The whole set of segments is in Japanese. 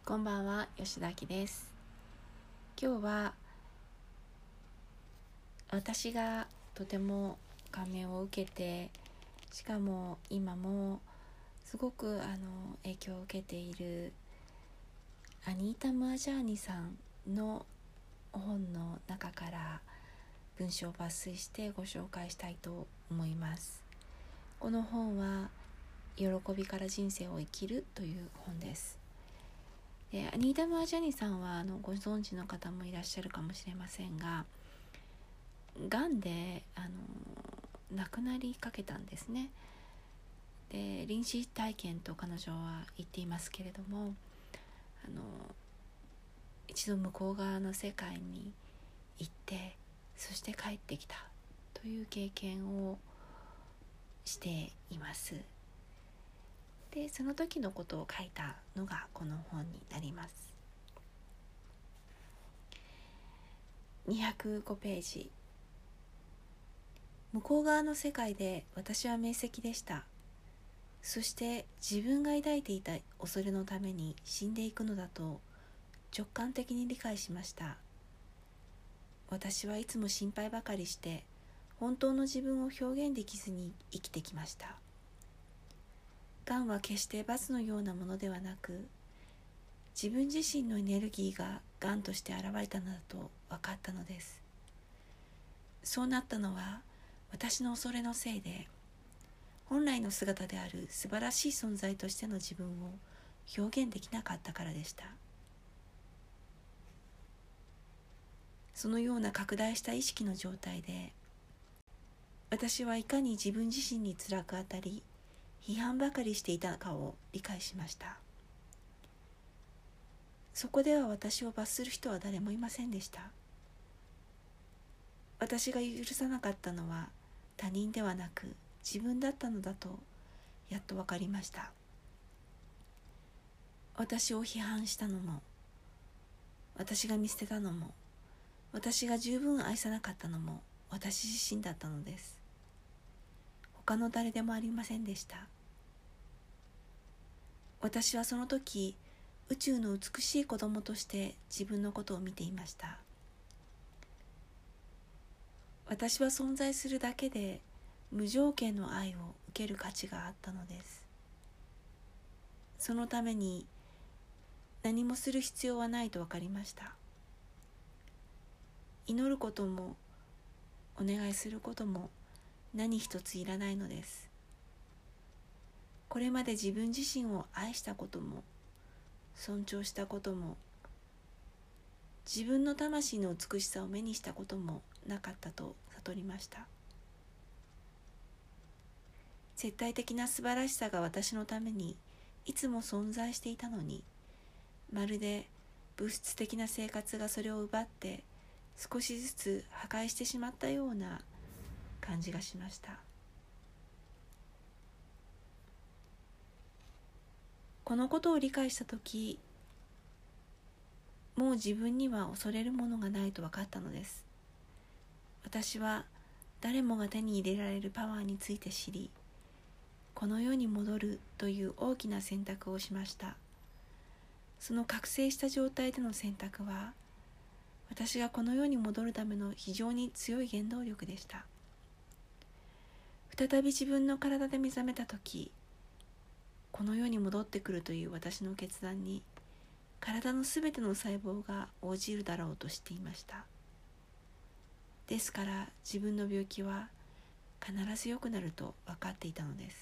こんばんは、吉田です。今日は私がとても感銘を受けて、しかも今もすごく影響を受けているアニータ・ムアジャーニさんの本の中から文章を抜粋してご紹介したいと思います。この本は喜びから人生を生きるという本です。でアニータ・ムアジャーニさんはご存知の方もいらっしゃるかもしれませんが、がんで亡くなりかけたんですね。で臨死体験と彼女は言っていますけれども、一度向こう側の世界に行ってそして帰ってきたという経験をしています。でその時のことを書いたのがこの本になります。205ページ。向こう側の世界で私は明晰でした。そして自分が抱いていた恐れのために死んでいくのだと直感的に理解しました。私はいつも心配ばかりして本当の自分を表現できずに生きてきました。がんは決して罰のようなものではなく、自分自身のエネルギーががんとして現れたのだと分かったのです。そうなったのは私の恐れのせいで、本来の姿である素晴らしい存在としての自分を表現できなかったからでした。そのような拡大した意識の状態で、私はいかに自分自身に辛く当たり、批判ばかりしていたかを理解しました。そこでは私を罰する人は誰もいませんでした。私が許さなかったのは他人ではなく自分だったのだとやっと分かりました。私を批判したのも、私が見捨てたのも、私が十分愛さなかったのも私自身だったのです。他の誰でもありませんでした。私はその時、宇宙の美しい子供として自分のことを見ていました。私は存在するだけで無条件の愛を受ける価値があったのです。そのために何もする必要はないと分かりました。祈ることもお願いすることも何一ついらないのです。これまで自分自身を愛したことも尊重したことも、自分の魂の美しさを目にしたこともなかったと悟りました。絶対的な素晴らしさが私のためにいつも存在していたのに、まるで物質的な生活がそれを奪って少しずつ破壊してしまったような感じがしました。このことを理解したとき、もう自分には恐れるものがないと分かったのです。私は誰もが手に入れられるパワーについて知り、この世に戻るという大きな選択をしました。その覚醒した状態での選択は、私がこの世に戻るための非常に強い原動力でした。再び自分の体で目覚めたとき、この世に戻ってくるという私の決断に、体のすべての細胞が応じるだろうと知っていました。ですから自分の病気は必ず良くなると分かっていたのです。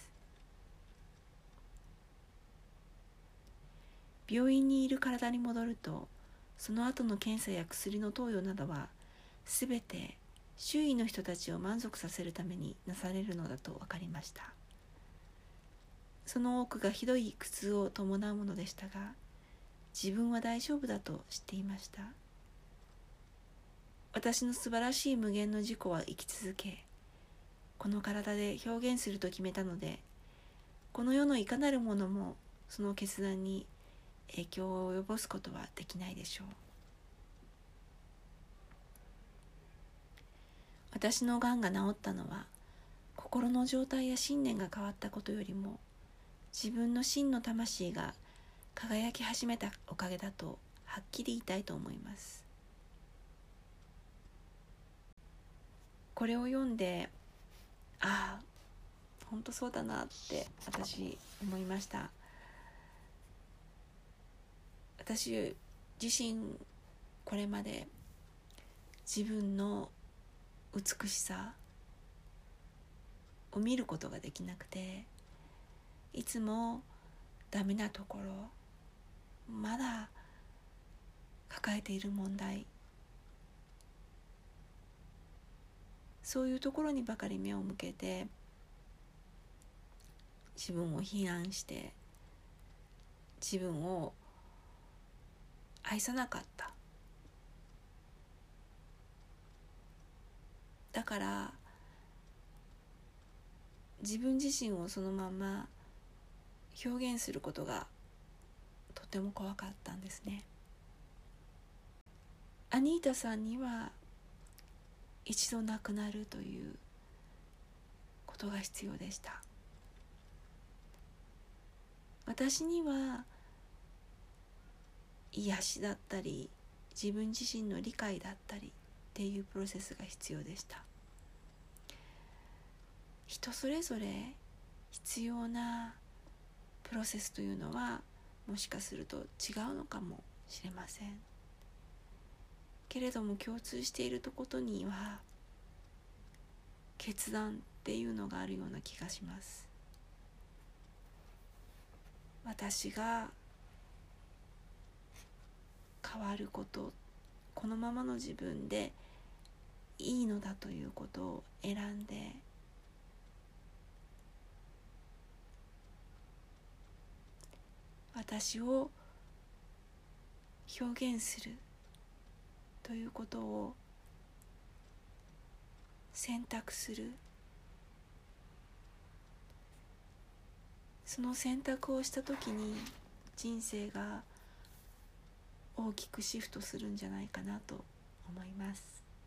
病院にいる体に戻ると、その後の検査や薬の投与などはすべて周囲の人たちを満足させるためになされるのだと分かりました。その多くがひどい苦痛を伴うものでしたが、自分は大丈夫だと知っていました。私の素晴らしい無限の自己は生き続け、この体で表現すると決めたので、この世のいかなるものもその決断に影響を及ぼすことはできないでしょう。私のがんが治ったのは、心の状態や信念が変わったことよりも、自分の真の魂が輝き始めたおかげだとはっきり言いたいと思います。これを読んで、ああ本当そうだなって私思いました。私自身これまで自分の美しさを見ることができなくて、いつもダメなところ、まだ抱えている問題、そういうところにばかり目を向けて自分を非難して自分を愛さなかった。だから自分自身をそのまま表現することがとても怖かったんですね。アニータさんには一度亡くなるということが必要でした。私には癒しだったり自分自身の理解だったりっていうプロセスが必要でした。人それぞれ必要なプロセスというのはもしかすると違うのかもしれませんけれども、共通していることには決断っていうのがあるような気がします。私が変わること、このままの自分でいいのだということを選んで、私を表現するということを選択する。その選択をしたときに人生が大きくシフトするんじゃないかなと思います。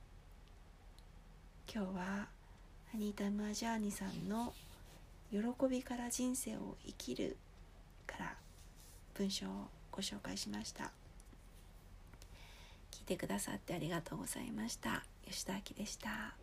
今日はアニータ・ムアジャーニさんの喜びから人生を生きるから文章をご紹介しました。聞いてくださってありがとうございました。吉田明でした。